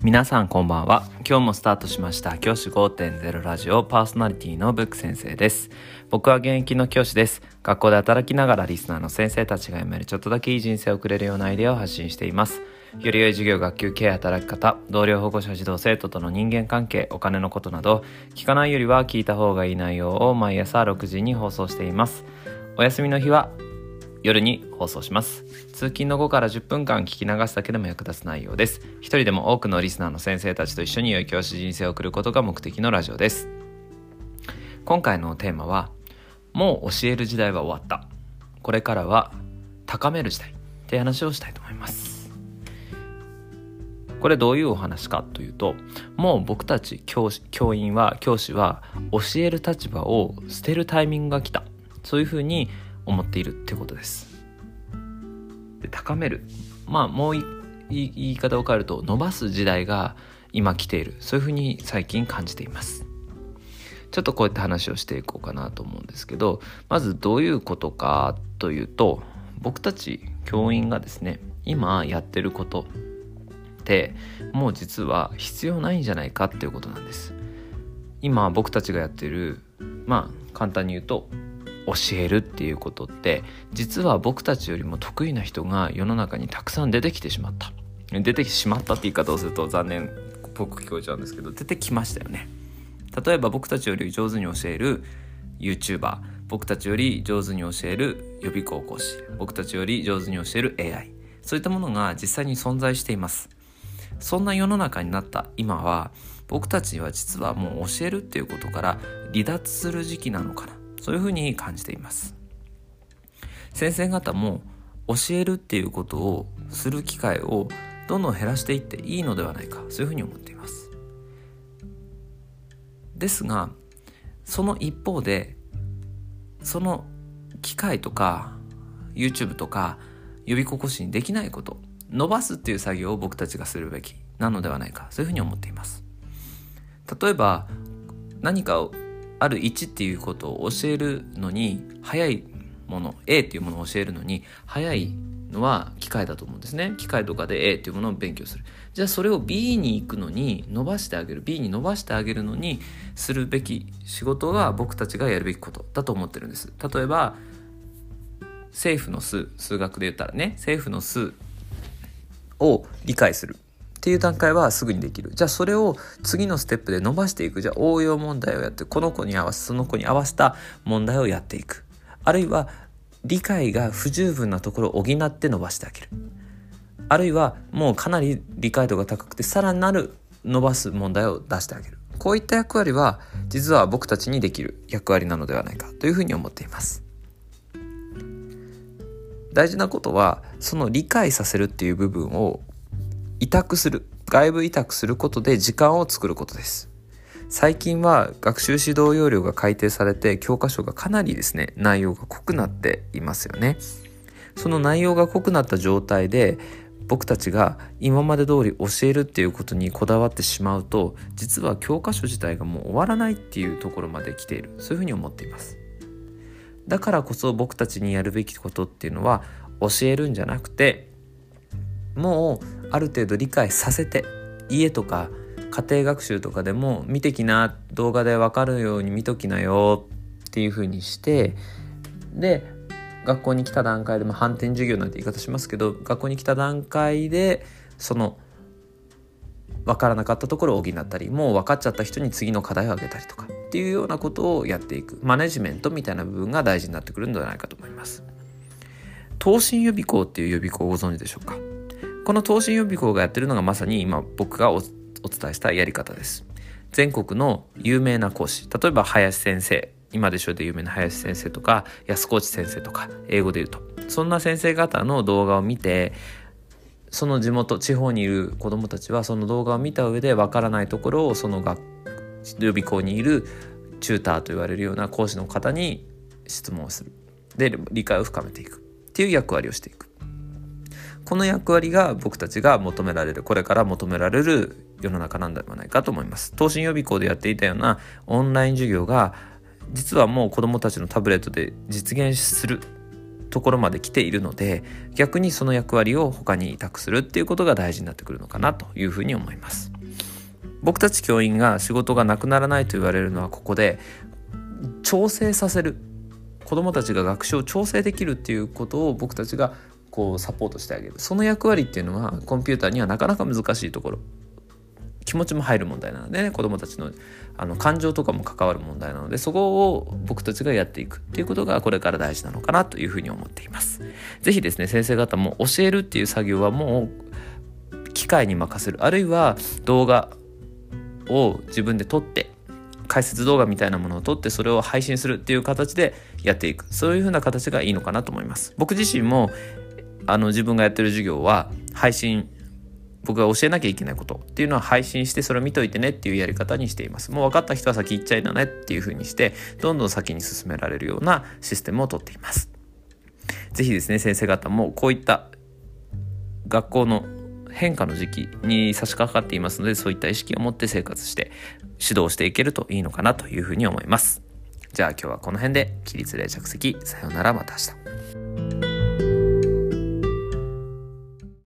皆さんこんばんは。今日もスタートしました教師 5.0 ラジオパーソナリティのブック先生です。僕は現役の教師です。学校で働きながらリスナーの先生たちが読めるちょっとだけいい人生を送れるようなアイデアを発信しています。より良い授業、学級経営、働き方、同僚、保護者、児童生徒との人間関係、お金のことなど聞かないよりは聞いた方がいい内容を毎朝6時に放送しています。お休みの日は夜に放送します。通勤の後から10分間聞き流すだけでも役立つ内容です。一人でも多くのリスナーの先生たちと一緒に良い教師人生を送ることが目的のラジオです。今回のテーマは、もう教える時代は終わった。これからは高める時代って話をしたいと思います。これどういうお話かというと、もう僕たち教師は教える立場を捨てるタイミングが来た。そういうふうに思っているってことです。で、高める、もう言い方を変えると伸ばす時代が今来ている、そういうふうに最近感じています。ちょっとこういった話をしていこうかなと思うんですけど、まずどういうことかというと、僕たち教員がですね、今やってることってもう実は必要ないんじゃないかっていうことなんです。今僕たちがやってる、簡単に言うと教えるっていうことって、実は僕たちよりも得意な人が世の中にたくさん出てしまったって言い方をすると残念っぽく聞こえちゃうんですけど、出てきましたよね。例えば僕たちより上手に教える YouTuber、 僕たちより上手に教える予備校講師、僕たちより上手に教える AI、 そういったものが実際に存在しています。そんな世の中になった今は、僕たちは実はもう教えるっていうことから離脱する時期なのかな、そういうふうに感じています。先生方も教えるっていうことをする機会をどんどん減らしていっていいのではないか、そういうふうに思っています。ですが、その一方で、その機会とか YouTube とか予備校講師にできないこと、伸ばすっていう作業を僕たちがするべきなのではないか、そういうふうに思っています。例えば何かをある1っていうことを教えるのに早いもの、 A っていうものを教えるのに早いのは機械だと思うんですね。機械とかで A っていうものを勉強する。じゃあそれを B に行くのに伸ばしてあげる、 B に伸ばしてあげるのにするべき仕事が僕たちがやるべきことだと思ってるんです。例えば政府の数学で言ったらね、政府の数を理解するっていう段階はすぐにできる。じゃあそれを次のステップで伸ばしていく。じゃあ応用問題をやって、この子に合わせその子に合わせた問題をやっていく。あるいは理解が不十分なところを補って伸ばしてあげる。あるいはもうかなり理解度が高くてさらなる伸ばす問題を出してあげる。こういった役割は実は僕たちにできる役割なのではないかというふうに思っています。大事なことは、その理解させるっていう部分を外部委託することで時間を作ることです。最近は学習指導要領が改定されて、教科書がかなりですね、内容が濃くなっていますよね。その内容が濃くなった状態で僕たちが今まで通り教えるっていうことにこだわってしまうと、実は教科書自体がもう終わらないっていうところまで来ている、そういうふうに思っています。だからこそ僕たちにやるべきことっていうのは、教えるんじゃなくて、もうある程度理解させて、家とか家庭学習とかでも見てきな、動画で分かるように見ときなよっていう風にして、で学校に来た段階でも反転授業なんて言い方しますけど、学校に来た段階でその分からなかったところを補ったり、もう分かっちゃった人に次の課題をあげたりとかっていうようなことをやっていく、マネジメントみたいな部分が大事になってくるのではないかと思います。東進予備校っていう予備校をご存知でしょうか。この東進予備校がやってるのがまさに今僕がお伝えしたやり方です。全国の有名な講師、例えば林先生、今でしょで有名な林先生とか安河内先生とか、英語で言うとそんな先生方の動画を見て、その地方にいる子どもたちはその動画を見た上でわからないところを、その予備校にいるチューターと言われるような講師の方に質問をする。で理解を深めていくっていう役割をしていく。この役割が僕たちがこれから求められる世の中なんではないかと思います。東進予備校でやっていたようなオンライン授業が、実はもう子どもたちのタブレットで実現するところまで来ているので、逆にその役割を他に委託するっていうことが大事になってくるのかなというふうに思います。 僕たち教員が仕事がなくならないと言われるのはここで調整させる、子どもたちが学習を調整できるっていうことを僕たちがこうサポートしてあげる。その役割っていうのはコンピューターにはなかなか難しいところ、気持ちも入る問題なのでね、子どもたちの感情とかも関わる問題なので、そこを僕たちがやっていくっていうことがこれから大事なのかなというふうに思っています。ぜひですね、先生方も教えるっていう作業はもう機械に任せる、あるいは動画を自分で撮って解説動画みたいなものを撮ってそれを配信するっていう形でやっていく、そういう風な形がいいのかなと思います。僕自身も自分がやってる授業は配信、僕が教えなきゃいけないことっていうのは配信してそれを見といてねっていうやり方にしています。もう分かった人は先行っちゃいなねっていう風にしてどんどん先に進められるようなシステムをとっています。ぜひですね、先生方もこういった学校の変化の時期に差し掛かっていますので、そういった意識を持って生活して指導していけるといいのかなというふうに思います。じゃあ今日はこの辺で起立例着席、さようなら、また明日。